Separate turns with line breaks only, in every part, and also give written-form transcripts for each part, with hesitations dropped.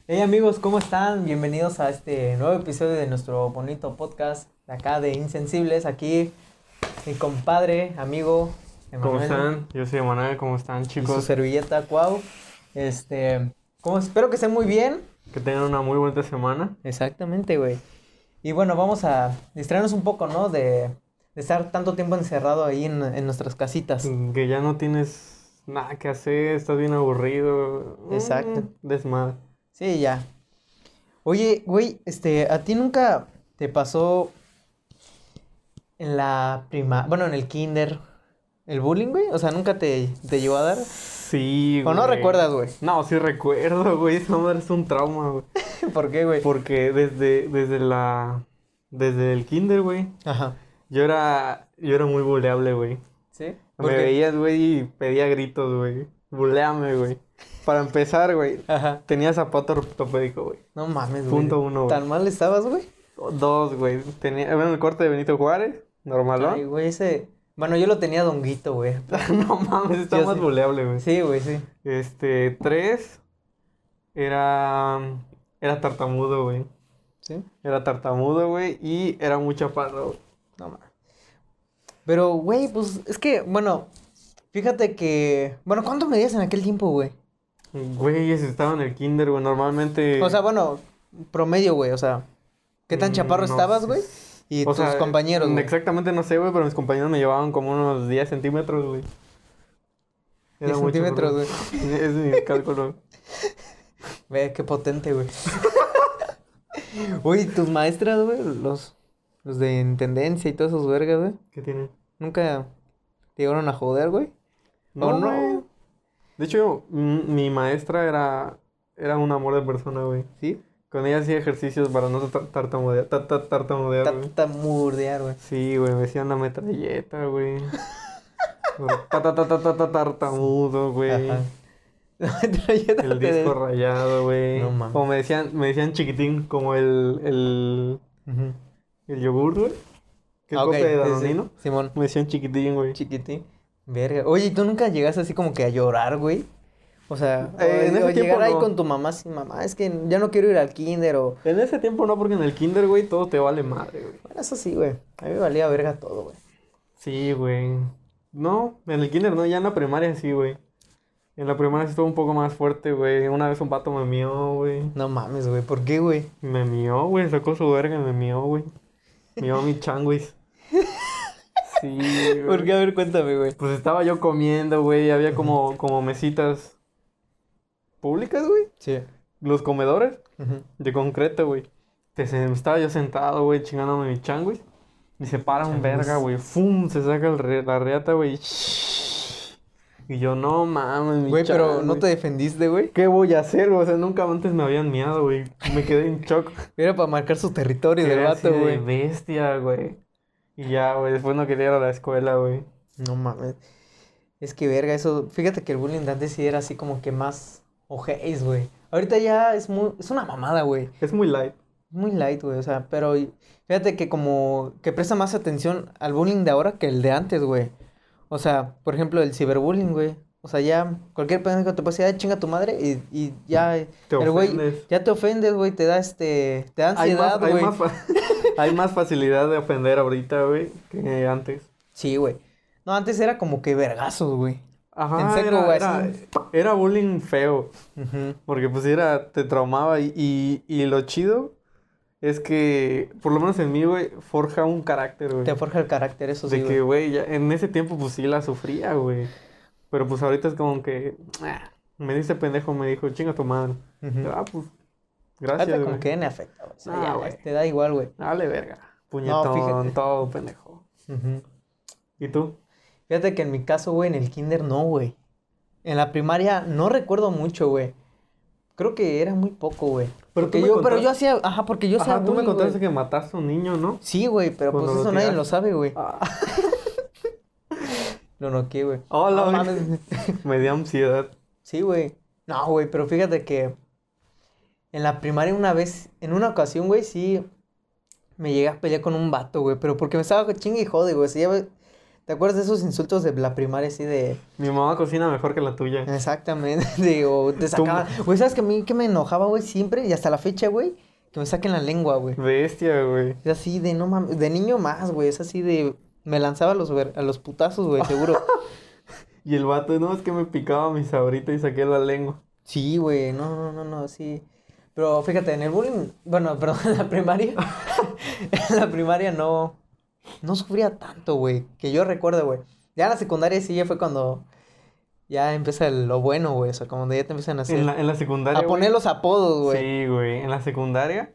Hey amigos, ¿cómo están? Bienvenidos a este nuevo episodio de nuestro bonito podcast de acá de Insensibles. Aquí mi compadre, amigo
¿Cómo
Emanuel
están? Yo soy Emanuel, ¿cómo están,
y su
chicos?
servilleta Cuau. Como espero que estén muy bien.
Que tengan una muy buena semana.
Exactamente, güey. Y bueno, vamos a distraernos un poco, ¿no? De estar tanto tiempo encerrado ahí en nuestras casitas.
Que ya no tienes nada que hacer, estás bien aburrido.
Exacto.
Desmadre.
Sí, ya. Oye, güey, ¿a ti nunca te pasó en la bueno, en el kinder, el bullying, güey? O sea, ¿nunca te llegó a dar?
Sí,
¿O no
güey.
recuerdas, güey?
No, sí recuerdo, güey. Esa madre es un trauma, güey.
¿Por qué, güey?
Porque desde el kinder, güey,
Ajá.
yo era muy buleable, güey.
¿Sí?
Me
¿Por qué?
veías, güey, y pedía gritos, güey. Buleame, güey. Para empezar, güey,
Ajá.
tenía zapato ortopédico, güey.
No mames, güey.
Punto uno, güey.
¿Tan mal estabas, güey?
Dos, güey. Tenía, bueno, el corte de Benito Juárez,
Ay,
normalón.
güey, Bueno, yo lo tenía donguito, güey.
No mames, está
Yo
más
sí.
buleable, güey.
Sí, güey, sí.
Tres, era, era tartamudo, güey.
¿Sí?
Era tartamudo, güey, y era muy chaparro, güey.
No mames. Pero, güey, pues, es que, bueno, fíjate que... Bueno, ¿cuánto medías en aquel tiempo, güey?
Güey, ese estaba en el kinder, güey. Normalmente.
O sea, bueno, promedio, güey, o sea... ¿Qué tan chaparro
no
estabas,
sé.
güey? Y
O
tus
sea,
compañeros, güey.
exactamente no sé, güey, pero mis compañeros me llevaban como unos 10 centímetros, güey.
10
Era mucho,
centímetros,
bro.
güey.
Es mi cálculo.
Ve, qué potente, güey. Uy, tus maestras, güey, los de intendencia y todos esos vergas, güey.
¿Qué tiene?
Nunca te llegaron a joder, güey. ¿O
No, güey.
no?
De hecho, mi maestra era un amor de persona, güey.
¿Sí?
Con ella hacía ejercicios para no tartamudear, tartamudear, güey.
Tartamudear, güey.
Sí, güey, me decían la metralleta, güey. Tartamudo, güey.
Ajá. La metralleta
El
te
disco rayado, güey.
No mames.
O me decían chiquitín, como
Ujú.
el yogur, güey. Que es
Ah, ok,
copia de
sí, sí.
Danonino.
Simón,
Me decían chiquitín, güey.
chiquitín. Verga. Oye, ¿y tú nunca llegaste así como que a llorar, güey? O sea,
En ese
o
tiempo
llegar ahí
no.
con tu mamá, sí, mamá, es que ya no quiero ir al kinder o...
En ese tiempo no, porque en el kinder, güey, todo te vale madre, güey.
Bueno, eso sí, güey. A mí me valía verga todo, güey.
Sí, güey. No, en el kinder no, ya en la primaria sí, güey. En la primaria sí estuvo un poco más fuerte, güey. Una vez un vato me mió, güey.
No mames, güey. ¿Por qué, güey?
Me mió, güey. Sacó su verga y me mió, güey. Mió mi changuis. Sí,
¿Por qué?
güey.
A ver, cuéntame, güey.
Pues estaba yo comiendo, güey. Había como mesitas públicas, güey.
Sí.
Los comedores
Ujú.
de concreto, güey. Estaba yo sentado, güey, chingándome mi changuis. Y se para un
Changuis.
verga, güey. ¡Fum! Se saca la reata, güey. Y yo, no mames, mi
Güey, pero no
changuis.
te defendiste, güey.
¿Qué voy a hacer, güey? O sea, nunca antes me habían miado, güey. Me quedé en shock.
Era para marcar su territorio del
Quedé así
vato,
de
güey.
bestia, güey. Y ya, güey, después no quería ir a la escuela, güey.
No mames. Es que verga, eso. Fíjate que el bullying de antes sí era así como que más ojéis, güey. Ahorita ya es una mamada, güey.
Es muy light.
Muy light, güey. O sea, pero fíjate que como que presta más atención al bullying de ahora que el de antes, güey. O sea, por ejemplo, el ciberbullying, güey. O sea, ya cualquier pendejo te puede decir, "Ay, chinga tu madre", y ya
Te
el güey,
ofendes.
ya te ofendes, güey, te da te da
Hay más,
ansiedad,
hay
güey.
más, hay más facilidad de ofender ahorita, güey, que antes.
Sí, güey. No, antes era como que vergazos, güey. En
Ajá,
seco, güey,
era,
así.
era bullying feo.
Ujú.
Porque pues te traumaba. Y lo chido es que, por lo menos en mí, güey, forja un carácter, güey.
Te forja el carácter, eso sí,
De que,
güey.
güey, en ese tiempo pues sí la sufría, güey. Pero pues ahorita es como que, me dice pendejo, me dijo, chinga tu madre.
Ujú.
Yo, pues,
Ahorita
gracias,
como
güey.
que ni afecta, güey. O sea,
Ah,
ya,
güey.
te da igual, güey.
Dale, verga.
No,
Puñetón,
fíjate.
todo pendejo.
Ujú.
¿Y tú?
Fíjate que en mi caso, güey, en el kinder no, güey. En la primaria no recuerdo mucho, güey. Creo que era muy poco, güey.
Pero
Porque
tú me
yo
contaste-
hacía, ajá, porque yo hacía
Ajá, tú me
bullying,
contaste
güey.
que mataste a un niño, ¿no?
Sí, güey, pero pues
Cuando lo
eso nadie lo
tiraste.
sabe, güey.
Ah.
Lo noqué, güey.
Hola,
No
güey.
mames.
Me dio ansiedad.
Sí, güey. No, güey, pero fíjate que en la primaria una vez, en una ocasión, güey, sí me llegué a pelear con un vato, güey, pero porque me estaba chingue y jode, güey. O sea, ¿Te acuerdas de esos insultos de la primaria así de...
Mi mamá cocina mejor que la tuya.
Exactamente, digo, te sacaban... Güey, ¿sabes que a mí que me enojaba, güey, siempre? Y hasta la fecha, güey, que me saquen la lengua, güey.
Bestia, güey.
Es así de, no mames, de niño más, güey, es así de... Me lanzaba a los putazos, güey, seguro.
Y el vato, no, es que me picaba mi sabrita y saqué la lengua.
Sí, güey, no, sí. Pero fíjate, en el bullying, bueno, perdón, en la primaria, en la primaria no sufría tanto, güey, que yo recuerdo, güey. Ya en la secundaria sí ya fue cuando ya empieza lo bueno, güey, o sea, cuando ya te empiezan a hacer,
En la secundaria,
a poner
güey.
los apodos, güey.
Sí, güey. En la secundaria,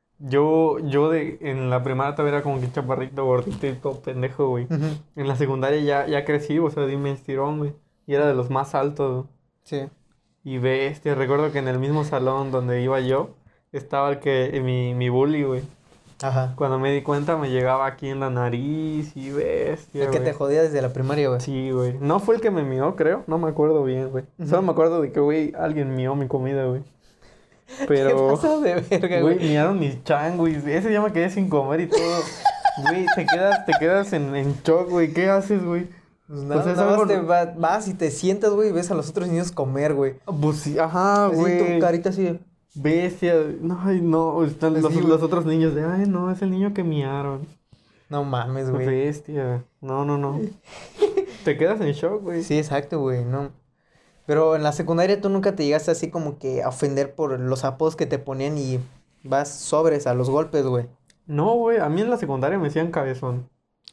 en la primaria todavía era como que chaparrito, gordito y todo pendejo, güey.
Ujú,
En la secundaria ya crecí, o sea, di mi estirón, güey. Y era de los más altos, güey.
sí,
Y bestia, recuerdo que en el mismo salón donde iba yo, estaba mi bully, güey.
ajá.
Cuando me di cuenta me llegaba aquí en la nariz y bestia,
El que
güey.
te jodía desde la primaria, güey.
Sí, güey. No fue el que me mió, creo. No me acuerdo bien, güey.
Ujú.
Solo me acuerdo de que, güey, alguien mió mi comida, güey.
¿Qué
Pero,
pasó de verga,
güey,
güey?
miaron mis changuis. Ese día me quedé sin comer y todo. Güey, te quedas en shock, güey. ¿Qué haces, güey?
Pues nada,
Pues es
nada más
algo-
te vas y te sientas, güey, y ves a los otros niños comer, güey.
Pues sí, ajá,
Así tu
güey.
carita así de...
Bestia. No, ay, no. Están
Sí, güey.
los otros niños de, ay, no, es el niño que miaron.
No mames, güey.
Bestia. No. Te quedas en shock, güey.
Sí, exacto, güey, no. Pero en la secundaria tú nunca te llegaste así como que a ofender por los apodos que te ponían y vas sobres a los golpes, güey.
No, güey. A mí en la secundaria me decían cabezón.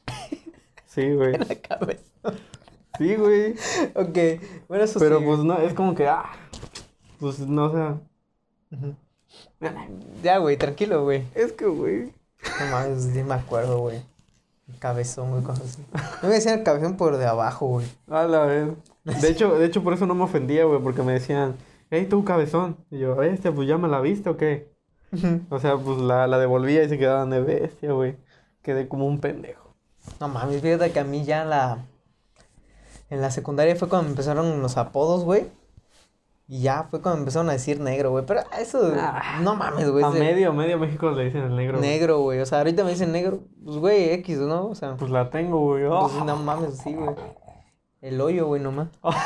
Sí, güey.
En la cabeza.
Sí, güey.
Ok, bueno, eso
Pero
sí.
pues no, es como que, pues no, o sea,
Ujú. Ya, güey, tranquilo, güey.
es que, güey.
No mames, sí me acuerdo, güey. Cabezón, güey, cosas así. No me decían el cabezón por de abajo, güey.
A la vez. De hecho, por eso no me ofendía, güey, porque me decían, hey, tú, cabezón. Y yo, pues ya me la viste o qué. O sea, pues la devolvía y se quedaban de bestia, güey. Quedé como un pendejo.
No mames, fíjate que a mí ya en la secundaria fue cuando empezaron los apodos, güey. Y ya fue cuando empezaron a decir negro, güey. Pero eso, no mames, güey.
A
es de
medio México le dicen el negro. Güey.
negro, güey. O sea, ahorita me dicen negro. Pues, güey, X, ¿no? O sea,
Pues la tengo, güey.
pues no mames, sí, güey. El hoyo, güey, nomás.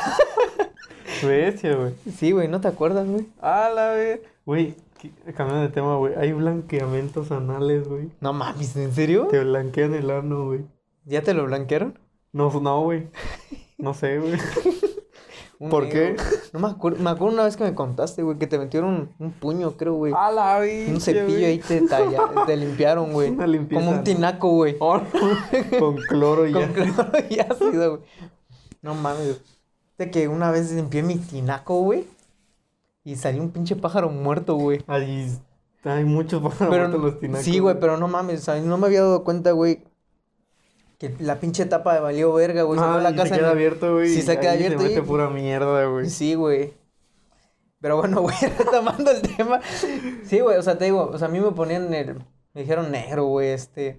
Bestia, güey.
Sí, güey, ¿no te acuerdas, güey?
A la vez. Güey, cambiando de tema, güey. Hay blanqueamientos anales, güey.
No mames, ¿en serio?
Te blanquean el ano, güey.
¿Ya te lo blanquearon?
No, güey. No sé, güey.
Un
¿Por
negro.
qué?
No me acuerdo. Me acuerdo una vez que me contaste, güey, que te metieron un puño, creo, güey.
A la vez.
Un cepillo ahí te limpiaron, güey.
Una limpieza,
Como un
¿no?
tinaco, güey.
Oh, no. Con cloro y
Con
ya.
cloro y ácido, güey. No mames. De que una vez limpié mi tinaco, güey. Y salió un pinche pájaro muerto, güey.
Hay muchos pájaros
Pero
muertos en los tinacos.
sí, güey, pero no mames. O sea, no me había dado cuenta, güey. Que la pinche tapa valió verga, güey. Se fue a la
y
casa.
se queda abierto, güey.
Sí,
y
se queda
ahí
abierto
Se
y-
mete pura mierda, güey.
Sí, güey. Pero bueno, güey, retomando el tema. Sí, güey, o sea, te digo, o sea, a mí me ponían me dijeron negro, güey,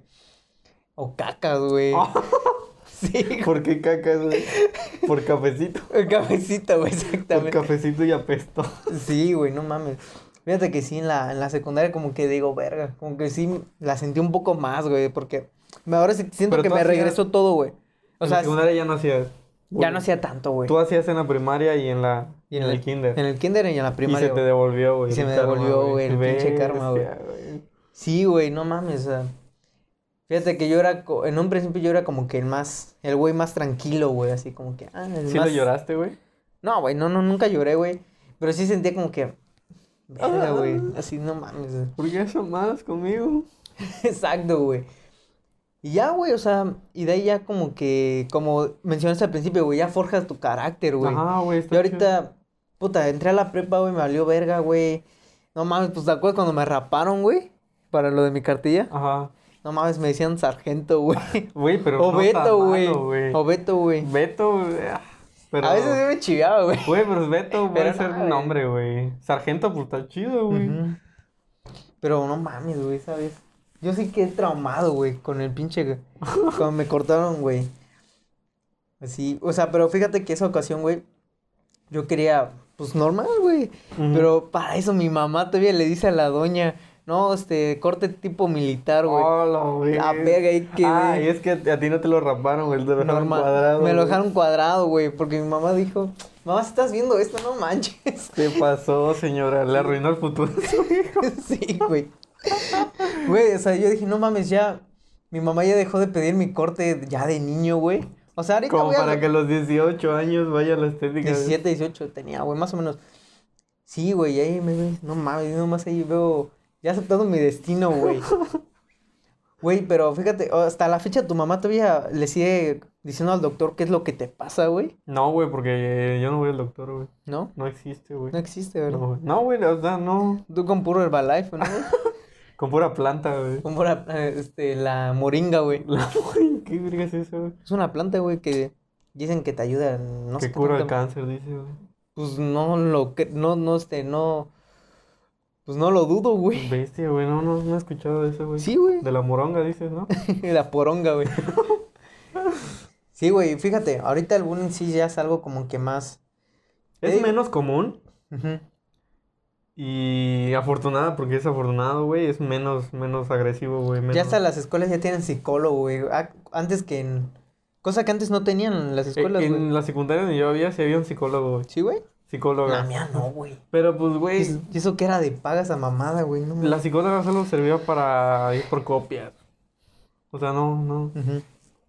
o cacas, güey. Sí,
¿Por qué cacas, güey? Por cafecito.
el cafecito, güey,
Por
exactamente.
cafecito y apesto.
Sí, güey, no mames. Fíjate que sí, en la secundaria como que digo, verga, como que sí la sentí un poco más, güey, porque ahora sí siento
Pero
que
tú
me
hacías-
regresó todo, güey. O
En
sea,
la secundaria ya no hacías.
ya no hacía tanto, güey.
Tú hacías en la primaria y en
Y
en el kinder.
En el kinder y en la
Y
primaria,
se te
güey.
devolvió, güey.
Y se
el
me
karma,
devolvió, güey, el pinche karma, güey.
Bestia,
Sí, güey, no mames, o sea. Fíjate que yo era, en un principio yo era como que el güey más tranquilo, güey, así como que, el
¿Sí
más...
lo lloraste, güey?
No, güey, nunca lloré, güey, pero sí sentía como que, verga, güey, así, no mames, güey.
¿Por qué eso más conmigo?
Exacto, güey. Y ya, güey, o sea, y de ahí ya como que, como mencionaste al principio, güey, ya forjas tu carácter, güey.
Ajá, güey.
Y ahorita, puta, entré a la prepa, güey, me valió verga, güey. No mames, pues, ¿te acuerdas cuando me raparon, güey? Para lo de mi cartilla.
Ajá.
No mames, me decían sargento, güey.
Güey, pero
O
no está
Beto, güey.
malo,
O Beto, güey.
Beto, pero...
A veces sí me chivaba, güey.
Güey, pero Beto puede
Pero
ser
no,
un
güey.
nombre, güey. Sargento, pues está chido, güey.
Ujú. Pero no mames, güey, ¿sabes? Yo sí quedé traumado, güey, con el pinche... Cuando me cortaron, güey. Así, o sea, pero fíjate que esa ocasión, güey, yo quería, pues, normal, güey.
Ujú.
Pero para eso mi mamá todavía le dice a la doña, No, corte tipo militar, güey.
Oh,
La verga, ahí que...
y es que a ti no te lo raparon, güey, te lo dejaron
Normal.
cuadrado.
Me lo
güey.
dejaron cuadrado, güey, porque mi mamá dijo, mamá, si estás viendo esto, no manches.
¿Qué pasó, señora? Le arruinó el futuro a su hijo.
Sí, güey. Güey, o sea, yo dije, no mames, ya, mi mamá ya dejó de pedir mi corte ya de niño, güey. O sea, ahorita
Como
voy a...
para que a los 18 años vaya a la estética.
17, 18 tenía, güey, más o menos. Sí, güey, y ahí me ve, no mames, nomás ahí veo, ya aceptado mi destino, güey. Güey, pero fíjate, hasta la fecha tu mamá todavía le sigue diciendo al doctor qué es lo que te pasa, güey.
No, güey, porque yo no voy al doctor, güey.
¿No?
No existe, güey.
No existe, ¿verdad?
No, güey. No, güey, o sea, no.
Tú con puro Herbalife, ¿no, güey?
Con pura planta, güey.
Con pura, la moringa, güey.
Güey, ¿qué verga es eso, güey?
Es una planta, güey, que dicen que te ayuda, no sé
Que
qué
cura el
tanta-
cáncer, dice, güey.
Pues no lo que, no, pues no lo dudo, güey.
Bestia, güey, no he escuchado de eso, güey.
Sí, güey.
De la moronga, dices, ¿no?
La poronga, güey. Sí, güey, fíjate, ahorita el bullying sí ya es algo como que más...
Es menos común
Ujú.
y afortunada, porque es afortunado, güey, es menos agresivo, güey.
Ya hasta las escuelas ya tienen psicólogo, güey. Antes que en... Cosa que antes no tenían en las escuelas, güey.
En la secundaria donde yo había, sí había un psicólogo, güey.
¿Sí, güey?
Psicóloga.
La mía no, güey.
Pero pues, güey,
¿Y eso que era de pagas a mamada, güey? No,
la psicóloga solo servía para ir por copias. O sea, no.
Ujú.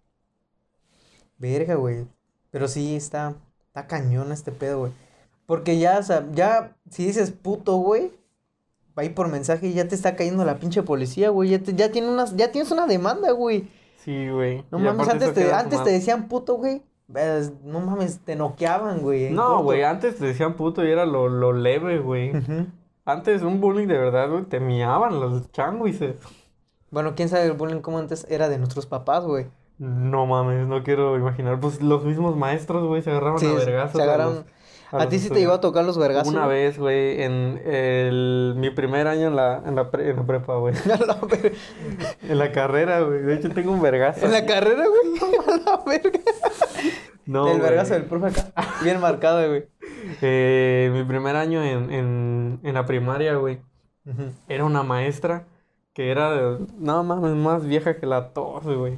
Verga, güey. Pero sí, está cañón este pedo, güey. Porque ya, o sea, ya, si dices puto, güey, va ahí por mensaje y ya te está cayendo la pinche policía, güey. Ya tienes una demanda, güey.
Sí, güey.
No
Y
mames,
aparte eso queda
antes
mal.
te decían puto, güey. No mames, te noqueaban, güey. en
No,
corto.
güey, antes te decían puto y era lo leve, güey.
Ujú.
Antes un bullying de verdad, güey, te miaban los changuises.
Bueno, quién sabe el bullying cómo antes era de nuestros papás, güey.
No mames, no quiero imaginar. Pues los mismos maestros, güey, se agarraban
Sí,
a vergazos.
se agarraron. ¿A ti sí te llegó a tocar los vergazos?
Una
güey?
vez, güey, en mi primer año en la prepa, güey.
A la verga.
En la carrera, güey. De hecho, tengo un vergazo.
¿En la carrera, güey? A la verga.
No,
El
güey.
vergazo del profe acá. Bien marcado, güey.
Mi primer año en la primaria, güey.
Ujú.
Era una maestra que era, no mames, más vieja que la tos, güey.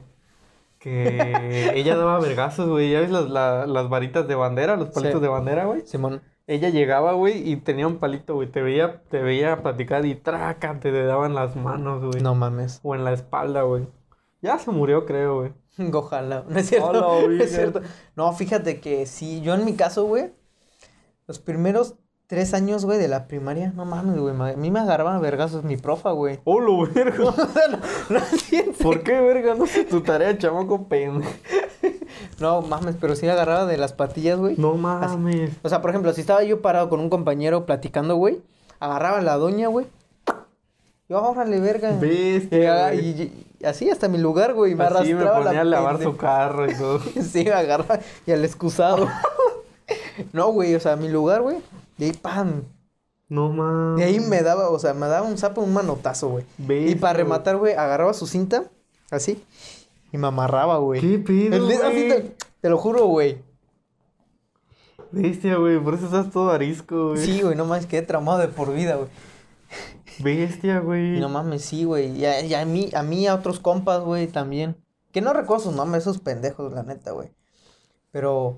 Que ella daba vergazos, güey. ¿Ya ves las varitas de bandera, los palitos
Sí.
de bandera, güey?
Simón.
Ella llegaba, güey, y tenía un palito, güey. Te veía platicar y traca, te daban las manos, güey.
No mames.
O en la espalda, güey. Ya se murió, creo, güey.
Ojalá. No es cierto.
Hola,
No
virgen.
es cierto. No, fíjate que sí. Yo en mi caso, güey, los primeros 3 años, güey, de la primaria, no mames, güey. A mí me agarraban a vergazos mi profa, güey.
¡Hola, verga!
O sea, no sientes.
¿Por qué, verga? No sé tu tarea, chamaco pendejo.
No mames, pero sí me agarraba de las patillas, güey.
No mames.
O sea, por ejemplo, si estaba yo parado con un compañero platicando, güey, agarraba a la doña, güey. Yo, órale, verga.
Bestia, güey.
Y así hasta mi lugar, güey. Me
Así me
arrastraba
ponía a lavar
pendeja.
su carro y todo.
Sí, me agarraba y al excusado. No, güey, o sea, mi lugar, güey. Y ahí, pam.
No mames.
Y ahí me daba un zapo, un manotazo, güey. Y
Bestia,
para rematar, güey, agarraba su cinta, así, y me amarraba, güey.
¿Qué pedo,
Así
güey?
te lo juro, güey.
Bestia, güey. Por eso estás todo arisco, güey.
Sí, güey, no mames, quedé traumado de por vida, güey.
Bestia, güey.
No mames, sí, güey. Y a mí, a otros compas, güey, también. Que no recuerdo sus nombres, esos pendejos, la neta, güey. Pero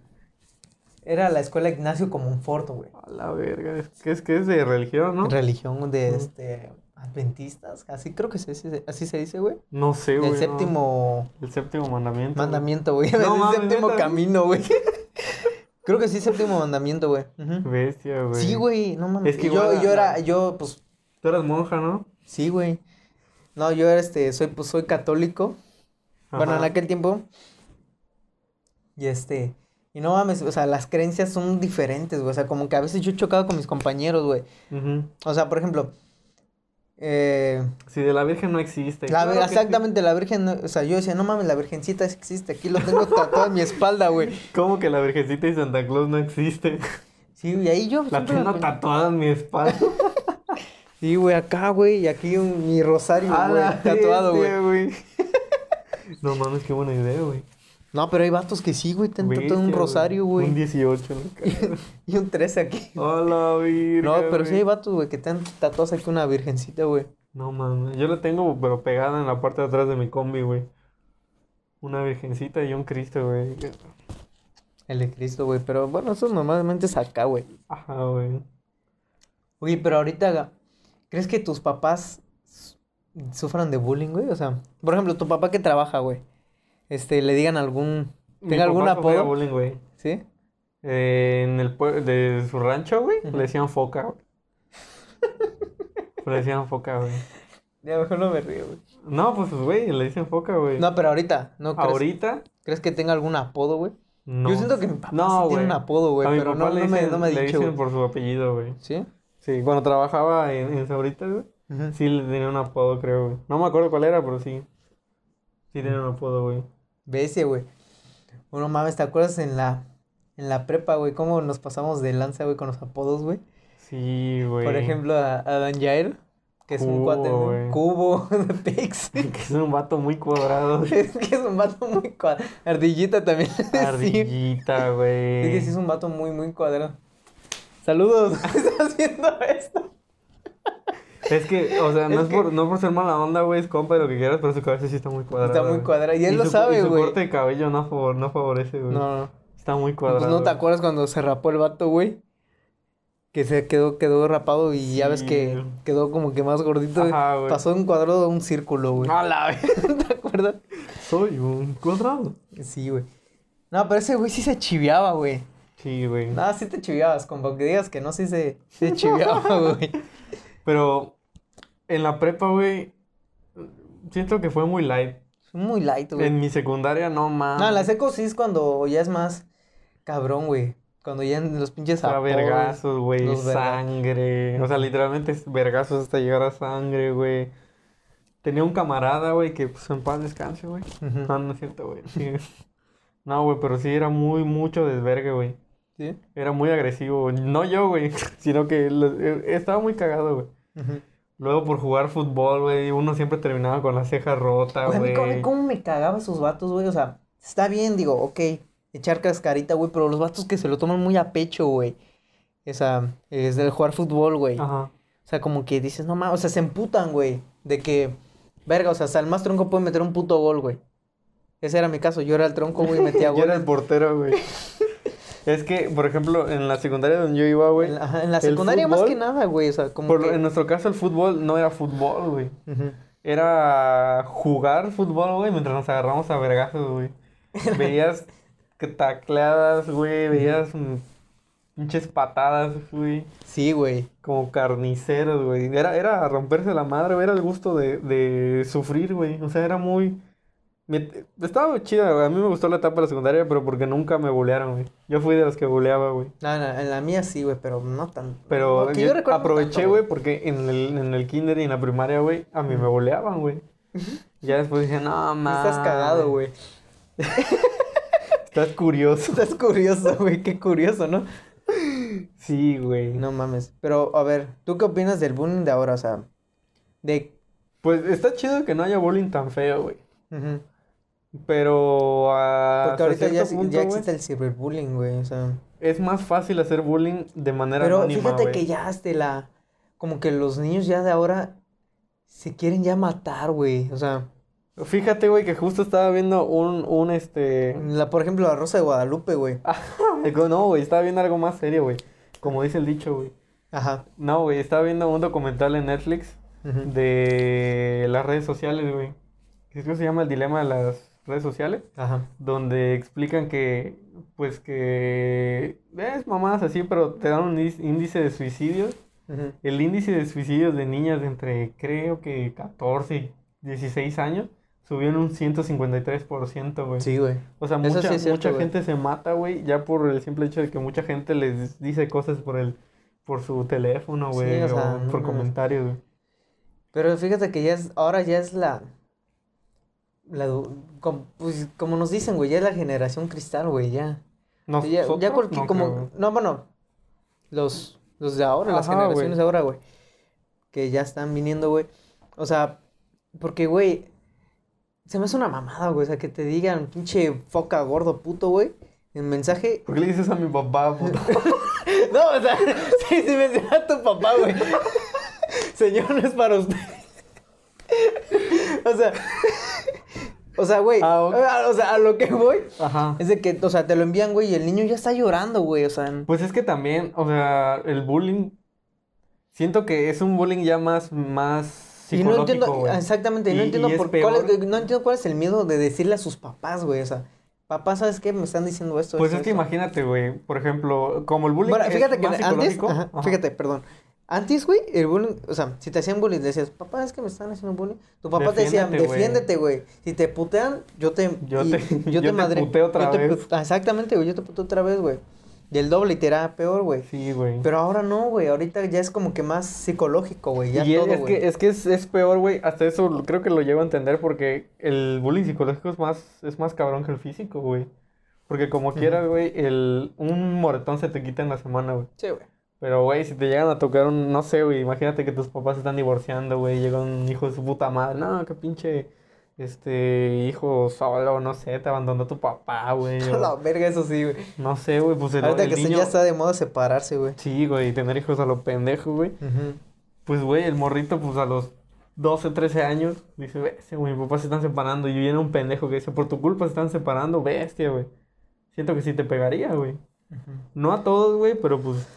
era la escuela Ignacio Comonfort, güey.
A la verga. Es que es de religión, ¿no?
Religión de, adventistas, así creo que así se dice, güey.
No sé, güey.
El
no.
séptimo
El séptimo mandamiento.
mandamiento, güey.
No
el
mames,
séptimo
¿neta?
camino, güey. Creo que sí, séptimo mandamiento, güey. Ujú.
Bestia, güey.
Sí, güey, no mames.
Es que
Y yo,
igual
pues,
Tú eras monja, ¿no?
sí, güey. No, yo era, soy católico. Bueno, en
Ajá.
aquel tiempo. Y y no mames, o sea, las creencias son diferentes, güey. O sea, como que a veces yo he chocado con mis compañeros, güey.
Ujú.
O sea, por ejemplo,
Si de la Virgen no existe. Claro que sí.
exactamente, la Virgen, o sea, yo decía, no mames, la Virgencita sí existe, aquí lo tengo tatuado en mi espalda, güey.
¿Cómo que la Virgencita y Santa Claus no existen?
Sí, y ahí yo
La
siempre
tengo
me-
tatuada en mi espalda.
Sí, güey, acá, güey, y aquí mi rosario,
A
güey,
la
tatuado, güey.
bestia, güey. No mames, qué buena idea, güey.
No, pero hay vatos que sí, güey, te han tatuado un
Bestia,
rosario, güey.
Un 18 en la cara.
Y un 13 aquí.
Hola, virgen.
No, pero sí hay vatos, güey, que te han tatuado aquí una virgencita, güey.
No mames, yo la tengo, pero pegada en la parte de atrás de mi combi, güey. Una virgencita y un Cristo, güey.
El de Cristo, güey. Pero bueno, eso normalmente es acá, güey.
Ajá, güey.
Oye, pero ahorita, ¿crees que tus papás sufran de bullying, güey? O sea, por ejemplo, tu papá que trabaja, güey. Le digan
Mi
tenga algún
papá sufría
apodo.
bullying, güey.
¿Sí?
En el de su rancho, güey,
Ujú.
le decían foca, güey. Le decían foca, güey.
Ya mejor no me río, güey.
No, pues, güey, le dicen foca, güey.
No, pero ahorita, ¿no crees?
Ahorita,
¿Crees que tenga algún apodo, güey?
no.
Yo siento que mi papá
No,
sí tiene
güey.
un apodo, güey,
A mi
pero
papá
no me ha
le
dicho,
dicen
güey.
por su apellido, güey.
¿Sí?
Sí, cuando trabajaba en Sabritas, güey,
Ujú.
sí le tenía un apodo, creo, güey. No me acuerdo cuál era, pero sí. Sí tenía un apodo, güey.
Bestia, güey. Bueno, mames, ¿te acuerdas en la prepa, güey? ¿Cómo nos pasamos de lanza, güey, con los apodos, güey?
Sí, güey.
Por ejemplo, a Dan Jair, que es un
Cubo,
cuate, ¿no?
güey.
Cubo de Pix.
Que es un vato muy cuadrado.
Es que es un vato muy cuadrado. Ardillita también. Sí.
Ardillita, güey.
Es que sí es un vato muy, muy cuadrado. Saludos. ¿Estás viendo esto?
Es que, o sea, no
Es
es no por ser mala onda, güey, es compa de lo que quieras, pero su cabeza sí está muy cuadrada.
Está muy
güey.
cuadrado. Y él lo
y
sabe,
su
güey.
corte de cabello no favorece, güey.
No, no.
Está muy
Pues
cuadrado.
no te acuerdas cuando se rapó el vato, güey. Que se quedó rapado y ya ves que
Sí.
quedó como que más gordito.
Ajá, güey.
Pasó de un cuadrado a un círculo, güey.
A la vez.
¿Te acuerdas?
Soy un cuadrado.
Sí, güey. No, pero ese güey sí se chiviaba, güey.
Sí, güey.
No, sí te chiviabas, como que digas que no, sí se chiviaba, güey.
Pero en la prepa, güey, siento que fue muy light.
Muy light, güey.
En mi secundaria, no mames.
No, en la seco sí es cuando ya es más cabrón, güey. Cuando ya en los pinches
O sea,
apodos,
vergazos, güey,
los
sangre. O sea, literalmente es vergazos hasta llegar a sangre, güey. Tenía un camarada, güey, que pues en paz descanse, güey.
Ujú.
No, no es cierto, güey. Sí. No, güey, pero sí era mucho desvergue, güey.
¿Sí?
Era muy agresivo, güey. No yo, güey, sino que estaba muy cagado, güey.
Ujú.
Luego por jugar fútbol, güey, uno siempre terminaba con la ceja rota,
Güey, a mí
güey.
cómo me cagaba esos vatos, güey. O sea, está bien, digo, ok, echar cascarita, güey, pero los vatos que se lo toman muy a pecho, güey. Esa, es del jugar fútbol, güey.
Ajá.
O sea, como que dices, no mames, o sea, se emputan, güey. De que, verga, o sea, hasta el más tronco puede meter un puto gol, güey. Ese era mi caso, yo era el tronco, güey, y metía
Yo era
goles.
el portero, güey. Es que, por ejemplo, en la secundaria donde yo iba, güey.
Ajá, en la
el
secundaria más
fútbol,
que nada, güey, o sea, como
En
que...
nuestro caso, el fútbol no era fútbol, güey.
Ujú.
Era jugar fútbol, güey, mientras nos agarramos a vergazos, güey. Veías tacleadas, güey, veías pinches patadas, güey.
Sí, güey.
Como carniceros, güey. Era romperse la madre, güey. Era el gusto de sufrir, güey. O sea, era muy... Estaba muy chida, güey. A mí me gustó la etapa de la secundaria, pero porque nunca me bulearon, güey. Yo fui de los que buleaba, güey.
No, no, en la mía sí, güey, pero no tan...
Pero
no, que
yo
recuerdo no
aproveché,
tanto,
güey, porque en el kinder y en la primaria, güey, a mí me buleaban, güey. Ya después dije, no, mames.
Estás cagado, güey.
Estás curioso.
Estás curioso, güey, qué curioso, ¿no?
Sí, güey.
No mames. Pero, a ver, ¿tú qué opinas del bullying de ahora? O sea, de...
Pues está chido que no haya bullying tan feo, güey.
Ujú.
Pero
Porque
hasta
ahorita ya,
cierto punto,
ya
güey,
existe el ciberbullying, güey, o sea...
es más fácil hacer bullying de manera
Pero
anónima,
fíjate
güey.
que ya hasta la... Como que los niños ya de ahora se quieren ya matar, güey. O sea,
Fíjate, güey, que justo estaba viendo
por ejemplo, la Rosa de Guadalupe, güey.
No, güey, estaba viendo algo más serio, güey. Como dice el dicho, güey.
Ajá.
No, güey, estaba viendo un documental en Netflix
Ujú.
de las redes sociales, güey. Creo que se llama El dilema de las redes sociales.
Ajá.
Donde explican que, pues que... Es mamadas así, pero te dan un índice de suicidios.
Ujú.
El índice de suicidios de niñas de entre, creo que 14 y 16 años, subió en un 153%, güey.
Sí, güey.
O sea,
Eso sí es cierto,
mucha
güey.
gente se mata, güey, ya por el simple hecho de que mucha gente les dice cosas por su teléfono,
Sí,
güey,
o sea,
o
no
por
mames.
comentarios, güey.
Pero fíjate que ahora ya es pues, como nos dicen, güey, ya es la generación cristal, güey, ya.
Nosotros,
Ya porque
no
como,
creo, güey.
no, bueno, los de ahora, las
Ajá,
generaciones
güey.
de ahora, güey, que ya están viniendo, güey. O sea, porque, güey, Se me hace una mamada, güey. O sea, que te digan, pinche foca gordo puto, güey. El mensaje.
¿Por qué le dices a mi papá, puto?
No, o sea, sí menciona a tu papá, güey. Señor, no es para usted. O sea. O sea, güey.
Ok.
O sea, a lo que voy.
Ajá.
Es de que, o sea, te lo envían, güey, y el niño ya está llorando, güey. O sea.
Pues es que también, o sea, el bullying. Siento que es un bullying ya más
Y no
psicológico,
entiendo,
güey.
exactamente, no
Y
entiendo
es
no entiendo cuál es el miedo de decirle a sus papás, güey. O sea, papá, ¿sabes qué? Me están diciendo esto,
Pues
esto,
es que
esto.
imagínate, güey, por ejemplo, como el bullying
Bueno, fíjate
es
que
más
antes,
psicológico.
ajá,
Ajá.
fíjate, perdón. Antes, güey, el bullying, o sea, si te hacían bullying, le decías, papá, es que me están haciendo bullying. Tu papá te decía,
Defiéndete, güey.
defiéndete, güey. Si te putean, yo te
puteo otra vez.
Exactamente, güey, yo te puteo otra vez, güey. Y el doble y te era peor, güey.
Sí, güey.
Pero ahora no, güey, ahorita ya es como que más psicológico, güey, ya
Y
todo, güey.
es que es peor, güey. Hasta eso creo que lo llego a entender porque el bullying psicológico es más cabrón que el físico, güey. Porque como quieras, güey, un moretón se te quita en la semana, güey.
Sí, güey.
Pero, güey, si te llegan a tocar no sé, güey, imagínate que tus papás se están divorciando, güey, llega un hijo de su puta madre, no, qué pinche, hijo solo, no sé, te abandonó tu papá, güey, o
La verga, eso sí, güey.
no sé, güey, pues
Ahorita
el
que
niño,
ya está de moda separarse, güey.
sí, güey, tener hijos a lo pendejo, güey,
Ujú.
pues, güey, el morrito, pues, a los 12, 13 años, dice, bestia, güey, mi papá se están separando, y viene un pendejo que dice, por tu culpa se están separando, bestia, güey, siento que sí te pegaría, güey,
Ujú.
no a todos, güey, pero,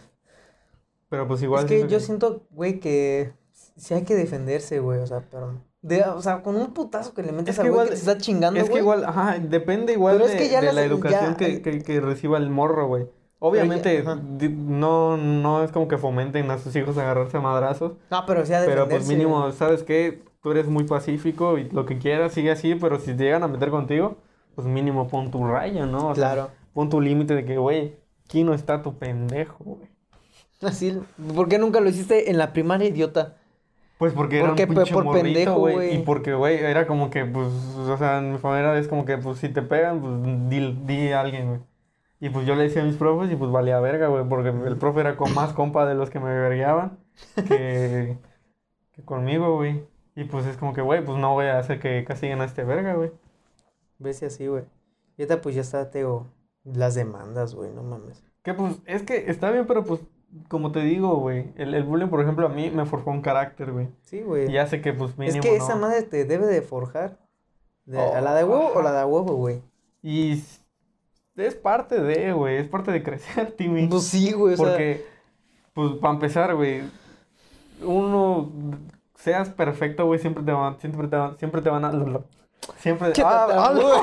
pues, igual
Es que
siento
yo siento, güey, que sí hay que defenderse, güey, o sea, pero... o sea, con un putazo que le metes
Es
al
que
güey
igual-
que te está chingando,
Es que
güey.
igual, ajá, depende igual
Pero es que ya
de
las-
la educación
ya-
que reciba el morro, güey. Obviamente,
ajá.
no es como que fomenten a sus hijos a agarrarse a madrazos,
No, pero sí a
pero
defenderse.
pues mínimo, ¿sabes qué? Tú eres muy pacífico y lo que quieras sigue así, pero si te llegan a meter contigo, pues mínimo pon tu raya, ¿no? O sea,
Claro.
pon tu límite de que, güey, aquí no está tu pendejo, güey.
Así, ¿por qué nunca lo hiciste en la primaria, idiota?
Pues porque era un
Porque,
pinche
por
morrito,
pendejo,
güey.
güey.
Y porque, güey, era como que, pues, o sea, en mi familia es como que, pues, si te pegan, pues, di a alguien, güey. Y pues yo le decía a mis profes y pues valía verga, güey, porque el profe era más compa de los que me vergueaban que, que conmigo, güey. Y pues es como que, güey, pues no voy a hacer que castiguen a este verga, güey.
Ves así, güey. Y ahorita pues ya está, Teo, las demandas, güey, no mames.
Que pues, es que está bien, pero pues, como te digo, güey, el bullying, por ejemplo, a mí me forjó un carácter, güey.
Sí, güey.
Y hace que, pues, mínimo,
Es que esa
no.
madre te debe de forjar.
Oh,
¿A la de huevo o
ajá.
la de huevo, güey?
Y es parte de, güey, es parte de crecer, Timmy.
Pues sí, güey, o sea...
Porque, pues, para empezar, güey, uno, seas perfecto, güey, siempre te van a... Siempre...
¿Qué tartamudo?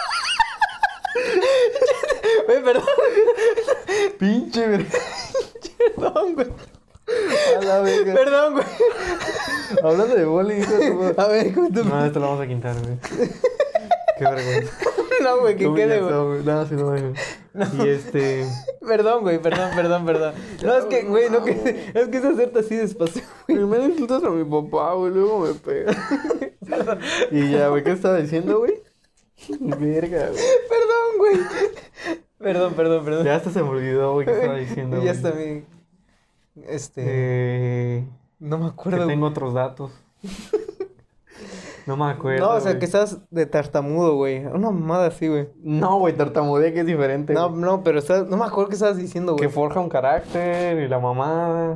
Güey, perdón,
pinche, güey.
perdón, güey.
A la verga.
Perdón, güey.
Hablando de bullying, hijo de tu madre.
A ver, cuéntame.
No, esto lo vamos a quitar, güey. Qué vergüenza.
No, güey, que
Qué
quede, güey.
humillación, No, sí, no, güey. Y
Perdón, güey, perdón. No, es que, güey, no, es que es hacerte así despacio, güey.
Primero insultas a mi papá, güey, luego me pega. Y ya, güey, ¿qué estaba diciendo, güey? Verga, güey.
Perdón, güey. Perdón.
Ya hasta se me olvidó, güey, qué estaba diciendo,
Y ya
güey.
está mi... No me
Que
acuerdo.
tengo otros datos. No me acuerdo,
No, o sea,
güey.
que estás de tartamudo, güey. Una mamada así, güey.
No, güey, tartamudea que es diferente.
No,
güey.
no, pero no me acuerdo qué estabas diciendo,
Que
güey.
forja un carácter y la mamada.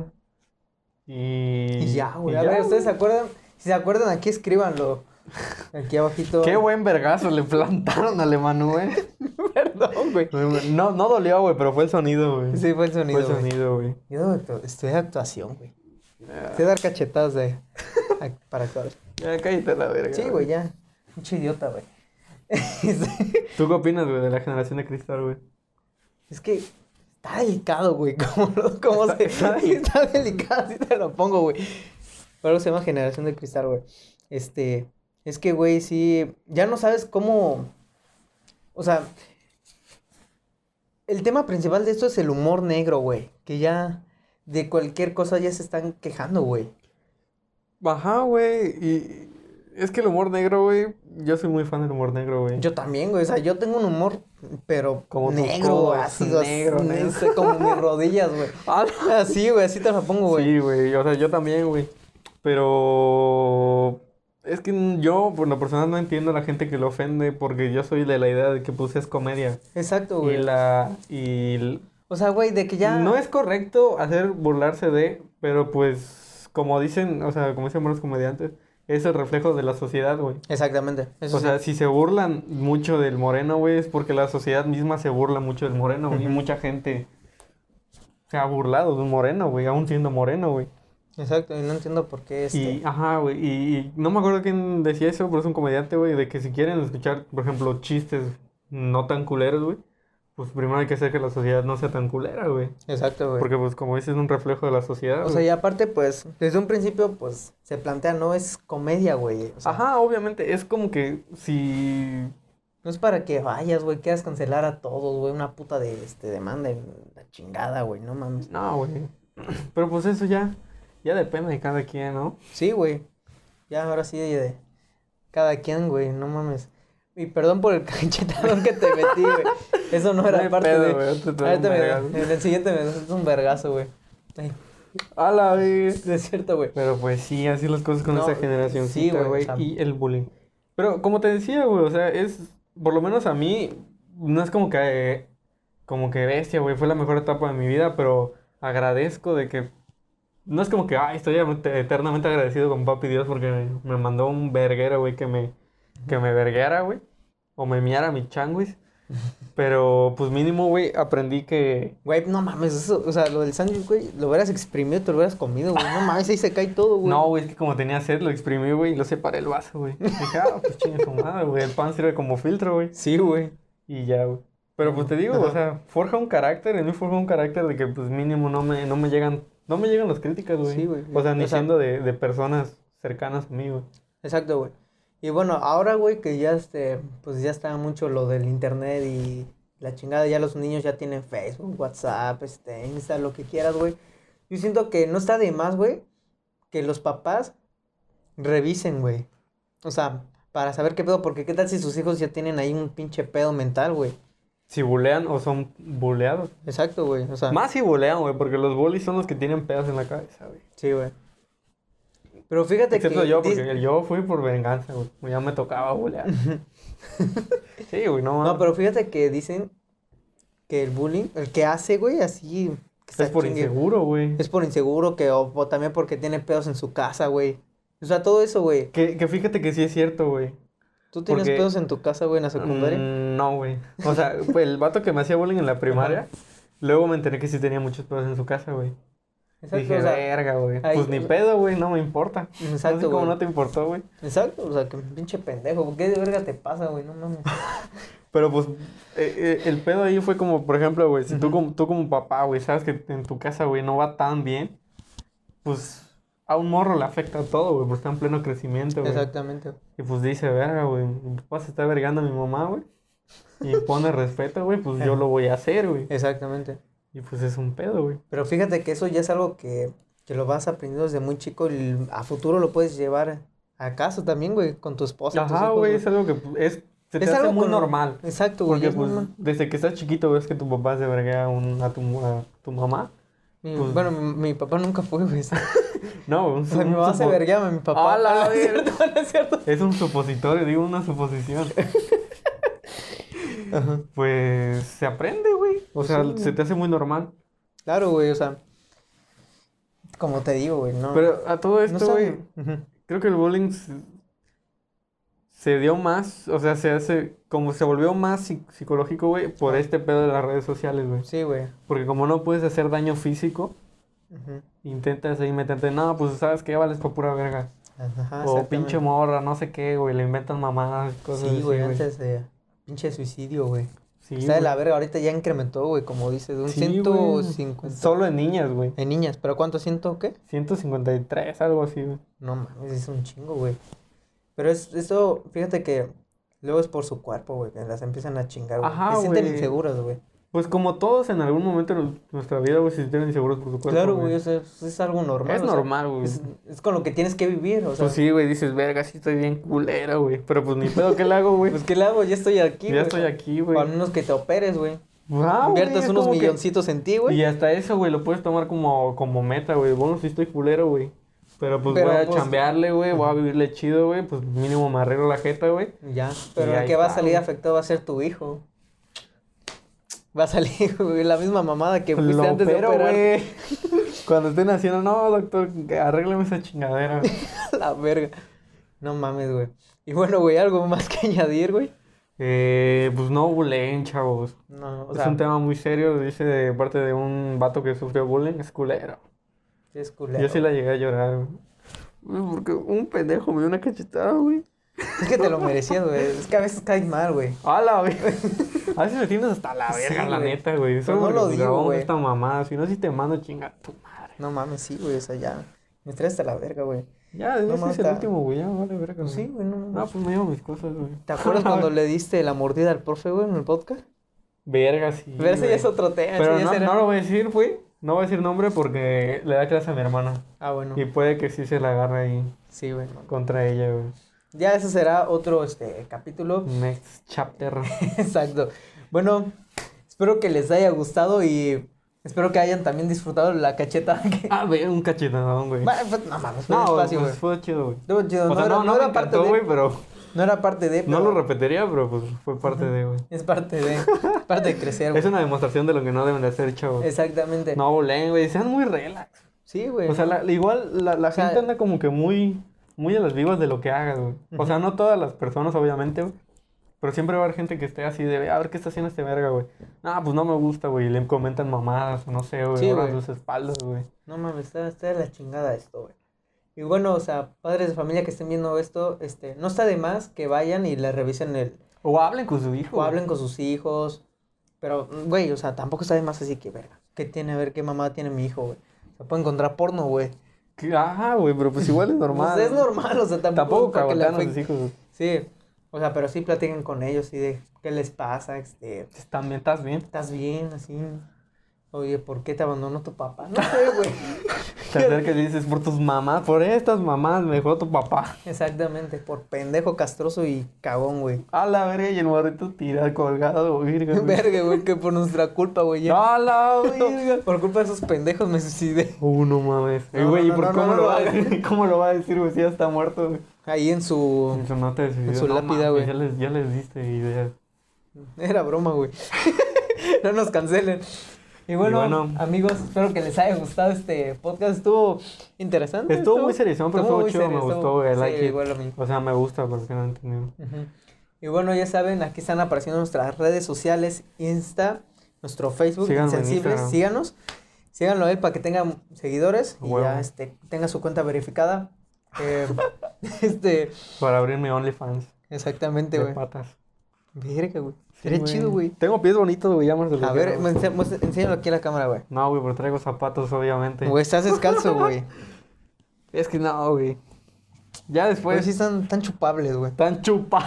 Y ya, güey.
y
A
ya,
ver, ¿ustedes se
güey.
acuerdan? Si se acuerdan, aquí escríbanlo. Aquí abajito.
Qué buen vergazo le plantaron al Emanuel.
Perdón, güey.
No dolió, güey, pero fue el sonido, güey.
Sí, fue el sonido,
Fue el
güey.
sonido, güey.
Yo estudié actuación, güey. Sé dar cachetadas para actuar.
Ya cállate la verga.
Sí, güey, ya. Mucho idiota, güey.
¿Tú qué opinas, güey, de la generación de cristal, güey?
Es que está delicado, güey. Está delicado, así te lo pongo, güey. Por algo se llama generación de cristal, güey. Es que, güey, sí. Ya no sabes cómo. O sea. El tema principal de esto es el humor negro, güey. Que ya. De cualquier cosa ya se están quejando, güey.
Ajá, güey. Y es que el humor negro, güey. Yo soy muy fan del humor negro, güey.
Yo también, güey. O sea, yo tengo un humor, pero
Como tus
negro,
codos,
ácido,
negro,
así,
negro.
como mis rodillas, güey. Así, güey, así te la pongo, güey.
Sí, güey. O sea, yo también, güey. Pero Es que yo, por lo personal, no entiendo a la gente que lo ofende porque yo soy de la idea de que, pues, es comedia.
Exacto, güey.
O
sea, güey, de que ya...
no es correcto hacer burlarse de, pero, pues, como dicen, o sea, como dicen buenos comediantes, es el reflejo de la sociedad, güey.
Exactamente. Eso
O
sí.
sea, si se burlan mucho del moreno, güey, es porque la sociedad misma se burla mucho del moreno, güey. Y mucha gente se ha burlado de un moreno, güey, aún siendo moreno, güey.
Exacto, y no entiendo por qué
Y, ajá, güey, y no me acuerdo quién decía eso, pero es un comediante, güey, de que si quieren escuchar, por ejemplo, chistes no tan culeros, güey, pues primero hay que hacer que la sociedad no sea tan culera, güey.
Exacto, güey.
Porque, pues, como dices, es un reflejo de la sociedad,
O sea, y aparte, pues, desde un principio, pues, se plantea, no es comedia, güey. O sea,
Ajá, obviamente, es como que si...
no es para que vayas, güey, quieras cancelar a todos, güey, una puta demanda en la chingada, güey, no mames.
No, güey. Pero, pues, eso ya depende de cada quien, ¿no?
Sí, güey. Ya, ahora sí, de cada quien, güey, no mames. Y perdón por el cachetadón que te metí, güey. Eso no era
hay
parte
pedo,
de...
güey, te traigo
Ahorita
un vergazo.
en el siguiente me das un vergazo, güey. Ay,
A la vez.
es cierto, güey.
Pero pues sí, así las cosas con
No,
esta generación,
sí, güey,
güey,
o sea.
y el bullying. Pero como te decía, güey, o sea, por lo menos a mí, no es como que bestia, güey, fue la mejor etapa de mi vida, pero agradezco de que, no es como que, ay, estoy eternamente agradecido con papi Dios porque me mandó un verguero, güey, que me vergueara, güey, o me miara mi changuis. Pero, pues mínimo, güey, aprendí que...
Güey, no mames, eso, o sea, lo del sándwich, güey, lo hubieras exprimido, te lo hubieras comido, güey. No mames, ahí se cae todo, güey.
No, güey, es que como tenía sed, lo exprimí, güey, y lo separé el vaso, güey. Dije, pues chinga su madre, güey, el pan sirve como filtro, güey.
Sí, güey.
Y ya, güey. Pero pues te digo,
Ajá.
o sea, forja un carácter, en mí forja un carácter de que, pues mínimo, no me llegan las críticas, güey.
Sí, güey.
O sea, ni
O sea,
siendo de personas cercanas a mí, güey.
Exacto, güey. Y bueno, ahora, güey, que ya pues ya está mucho lo del internet y la chingada, ya los niños ya tienen Facebook, WhatsApp, Insta, lo que quieras, güey. Yo siento que no está de más, güey, que los papás revisen, güey. O sea, para saber qué pedo, porque qué tal si sus hijos ya tienen ahí un pinche pedo mental, güey.
Si bulean o son buleados.
Exacto, güey. O sea,
Más si bulean, güey, porque los bullies son los que tienen pedos en la cabeza, güey.
sí, güey. Pero fíjate
Excepto
que
yo, porque yo fui por venganza, güey. Ya me tocaba bulear. Sí, güey, no
No, pero fíjate que dicen que el bullying, el que hace, güey, así... que
es
está
por
chingue,
inseguro, güey.
es por inseguro, o también porque tiene pedos en su casa, güey. O sea, todo eso, güey.
Que fíjate que sí es cierto, güey.
¿Tú tienes
Porque-
pedos en tu casa, güey, en la secundaria?
No, güey. O sea, pues, el vato que me hacía bullying en la primaria, luego me enteré que sí tenía muchos pedos en su casa, güey.
Exacto,
Dije,
o sea,
verga, güey.
ahí-
Pues ni pedo, güey, no me importa.
Exacto,
No sé cómo
güey.
no te importó, güey.
exacto, o sea, que pinche pendejo. ¿Qué de verga te pasa, güey? No mames.
Pero pues, el pedo ahí fue como, por ejemplo, güey, si
Ujú.
tú como papá, güey, sabes que en tu casa, güey, no va tan bien, pues a un morro le afecta todo, güey, porque está en pleno crecimiento, güey.
Exactamente.
Y pues dice, verga, güey, mi papá se está vergando a mi mamá, güey. Y impone respeto, güey, pues yo lo voy a hacer, güey.
Exactamente.
Y pues es un pedo, güey.
Pero fíjate que eso ya es algo que lo vas aprendiendo desde muy chico y a futuro lo puedes llevar a casa también, güey, con tu esposa. tus
Ajá,
hijos,
güey, es algo que se te
Es
hace
algo
muy
con-
normal.
Exacto, güey.
Porque
es
pues
normal.
desde que estás chiquito ves que tu papá se verguea a tu mamá. pues-
Bueno, mi papá nunca fue, güey.
No,
O sea, mi mamá se vergueaba, mi papá.
¡A la
No, no es
verga!
cierto, no es cierto.
Es un supositorio, digo una suposición.
Ajá.
Pues se aprende, güey. O sea,
Sí,
se te hace muy normal.
Claro, güey, o sea. Como te digo, güey, no.
Pero a todo
no
esto, güey,
Ujú.
creo que el bullying se dio más, o sea, como se volvió más psicológico, güey, por este pedo de las redes sociales, güey.
Sí, güey.
Porque como no puedes hacer daño físico,
Ujú.
intentas ahí meterte, no, pues sabes que vales pa' pura verga.
Ajá,
O
exactamente.
pinche morra, no sé qué, güey, le inventan mamadas, cosas
Sí,
así,
güey, antes de pinche suicidio, güey.
Sí,
Está de la
güey.
verga, ahorita ya incrementó, güey, como dices, de un
Sí, güey.
150.
Solo en niñas, güey.
En niñas, ¿pero cuánto? ¿100 qué?
153, algo así, güey.
No mames, es un chingo, güey. Pero eso, fíjate que luego es por su cuerpo, güey, que las empiezan a chingar, güey.
Ajá,
Se sienten
güey.
inseguras, güey.
Pues como todos en algún momento de nuestra vida, güey, se sienten inseguros por su cuerpo,
Claro, güey, o sea, es algo normal.
Es
o sea,
normal, güey.
es con lo que tienes que vivir, o sea.
Pues sí, güey, dices, verga, sí estoy bien culera, güey. Pero pues ni pedo, ¿qué le hago, güey?
Pues, ¿qué le hago? Ya estoy aquí,
Ya
güey.
estoy aquí,
O
güey.
al menos que te operes, güey.
Ah, güey,
Inviertas
es
unos
como que-
milloncitos en ti, güey.
Y hasta eso, güey, lo puedes tomar como meta, güey. Bueno, sí estoy culero, güey. Pero pues
Pero,
voy a
pues,
chambearle, güey, voy a vivirle chido, güey, pues mínimo me arreglo la jeta, güey.
Ya, pero
Y
el
ahí
que va a
está,
salir
güey.
afectado va a ser tu hijo. Va a salir, güey, la misma mamada que fuiste
Lo
antes de
opero,
operar.
güey. Cuando estén haciendo, no, doctor, arréglame esa chingadera.
La verga. No mames, güey. Y bueno, güey, algo más que añadir, güey.
Pues no bullying, chavos.
No, o
Es
sea,
un tema muy serio, dice de parte de un vato que sufrió bullying, es culero.
sí es culero.
Yo sí la llegué a llorar, güey. Güey, porque un pendejo me dio una cachetada, güey.
Es que te lo merecías, güey. Es que a veces caes mal, güey.
¡Hala, güey! A veces me tienes hasta la
Sí,
verga, la
güey.
neta, güey.
Pero
Solo
no lo
porque
digo,
grabamos
güey.
esta mamada. Si no, si te mando chinga tu madre.
No mames, sí, güey. O sea, ya. Me traes hasta la verga, güey.
Ya,
No
ese
mames,
es el
está-
último, güey. Ya, vale, verga.
Pues sí, güey, no
No,
mames.
pues me llevo mis cosas, güey.
¿Te acuerdas cuando le diste la mordida al profe, güey, en el podcast?
Verga, sí.
Pero ese ya
güey.
es otro tema.
Pero
ese ya
no,
será-
no lo voy a decir, güey. No voy a decir nombre porque le da clase a mi hermana.
Ah, bueno.
Y puede que sí se la agarre ahí
Sí, güey. No.
contra ella, güey.
Ya ese será otro capítulo.
Next chapter.
Exacto. Bueno, espero que les haya gustado y espero que hayan también disfrutado la cacheta.
Ah, ve, un cachetadón, güey.
Bueno, pues, no mames, fue
No,
despacio,
pues
güey.
fue chido, güey.
Estuvo chido.
O sea, no,
no
me
era parte
encantó,
de.
güey, pero
No era parte de.
no
pero
lo repetiría, pero pues fue parte de, güey.
Es parte de. Parte de crecer, güey.
Es una demostración de lo que no deben de hacer, chavos.
Exactamente.
No volen, güey, sean muy relax.
Sí, güey.
O sea, igual la
sea,
gente anda como que muy a las vivas de lo que hagas, güey. O sea, no todas las personas, obviamente, güey. Pero siempre va a haber gente que esté así de, a ver qué está haciendo este verga, güey. No, pues no me gusta, güey. Y le comentan mamadas, o no sé, güey.
Sí,
ahora
güey.
sus espaldas, güey.
No mames, está de la chingada esto, güey. Y bueno, o sea, padres de familia que estén viendo esto, no está de más que vayan y le revisen
O hablen con su hijo.
o hablen con sus hijos. Pero, güey, o sea, tampoco está de más así que, verga, ¿qué tiene a ver qué mamá tiene mi hijo, güey? Se puede encontrar porno, güey.
Ajá, güey, pero pues igual es normal.
Pues es normal, o sea,
Tampoco
para que le
cagotean a sus
afecte.
hijos, güey.
Sí, o sea, pero sí platiquen con ellos y de qué les pasa,
También estás bien.
¿estás bien? Así, oye, ¿por qué te abandonó tu papá? No sé, güey.
Te acercas y dices, por tus mamás, por estas mamás me dejó tu papá.
Exactamente, por pendejo, castroso y cagón, güey.
A la verga, y el morrito tira colgado, virga, güey.
Verga, güey, que por nuestra culpa, güey, ya.
A la verga.
Por culpa de esos pendejos me suicidé.
No mames.
No,
Güey, ¿y
no,
por
no,
cómo
no,
lo
no,
va a
no.
decir? ¿Cómo lo va a decir, güey? Si ya está muerto, güey.
Ahí en su...
En su nota de suicidio.
En su
No
lápida,
mames,
güey.
ya les diste ideas.
Era broma, güey. No nos cancelen. Y bueno, amigos, espero que les haya gustado este podcast. Estuvo interesante.
Estuvo muy seriezón, pero estuvo
muy
chido,
serio,
me gustó, güey.
sí,
Like it.
igual a mí.
O sea, me gusta, porque no entendí.
Ujú. Y bueno, ya saben, aquí están apareciendo nuestras redes sociales, Insta, nuestro Facebook,
Síganos en
Insensibles,
Instagram.
síganos. Síganlo a él para que tenga seguidores y
Huevo.
ya tenga su cuenta verificada.
Para abrir mi OnlyFans.
Exactamente,
De
güey.
patas.
Verga, güey.
Sí,
Sería chido, güey.
Tengo pies bonitos, güey, llámanos.
A ver, enséñalo aquí a la cámara, güey.
No, güey, pero traigo zapatos, obviamente.
Güey, estás descalzo, güey.
Es que no, güey. Ya
Pues
después.
sí están tan chupables, güey.
Tan chupa.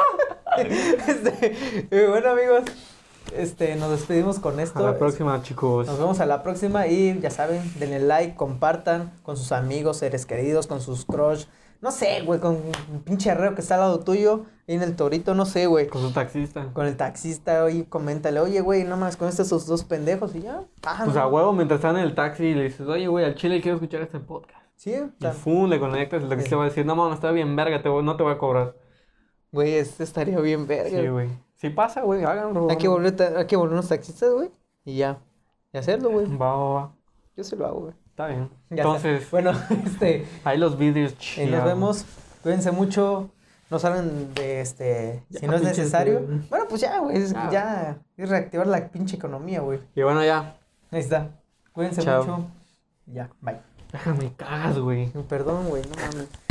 Bueno, amigos, nos despedimos con esto.
A la próxima, chicos.
Nos vemos a la próxima y ya saben, denle like, compartan con sus amigos, seres queridos, con sus crush. No sé, güey, con un pinche arreo que está al lado tuyo, ahí en el Torito, no sé, güey.
Con su taxista.
Con el taxista, oye, coméntale, oye, güey, no más con estos dos pendejos y ya.
Pues
no.
a huevo, mientras están en el taxi, le dices, oye, güey, al chile quiero escuchar este podcast.
Sí,
Y fum, le conectas, el taxista va a decir, no, mames, está bien verga, no te voy a cobrar.
güey, estaría bien verga.
Sí, güey. Si pasa, güey, háganlo.
Hay que volver unos taxistas, güey, y ya. Y hacerlo, güey.
Va.
Yo se lo hago, güey.
Está bien.
Ya
Entonces,
está. Bueno,
ahí los vídeos
nos
chidos.
vemos. Cuídense mucho. No salgan de
Ya,
si no es
pinches,
necesario.
güey.
Bueno, pues ya, güey.
Ya.
Ya es reactivar la pinche economía, güey.
Y bueno, ya.
Ahí está. Cuídense
Chao.
mucho. Ya, bye.
Déjame cagas, güey.
Perdón, güey, no mames.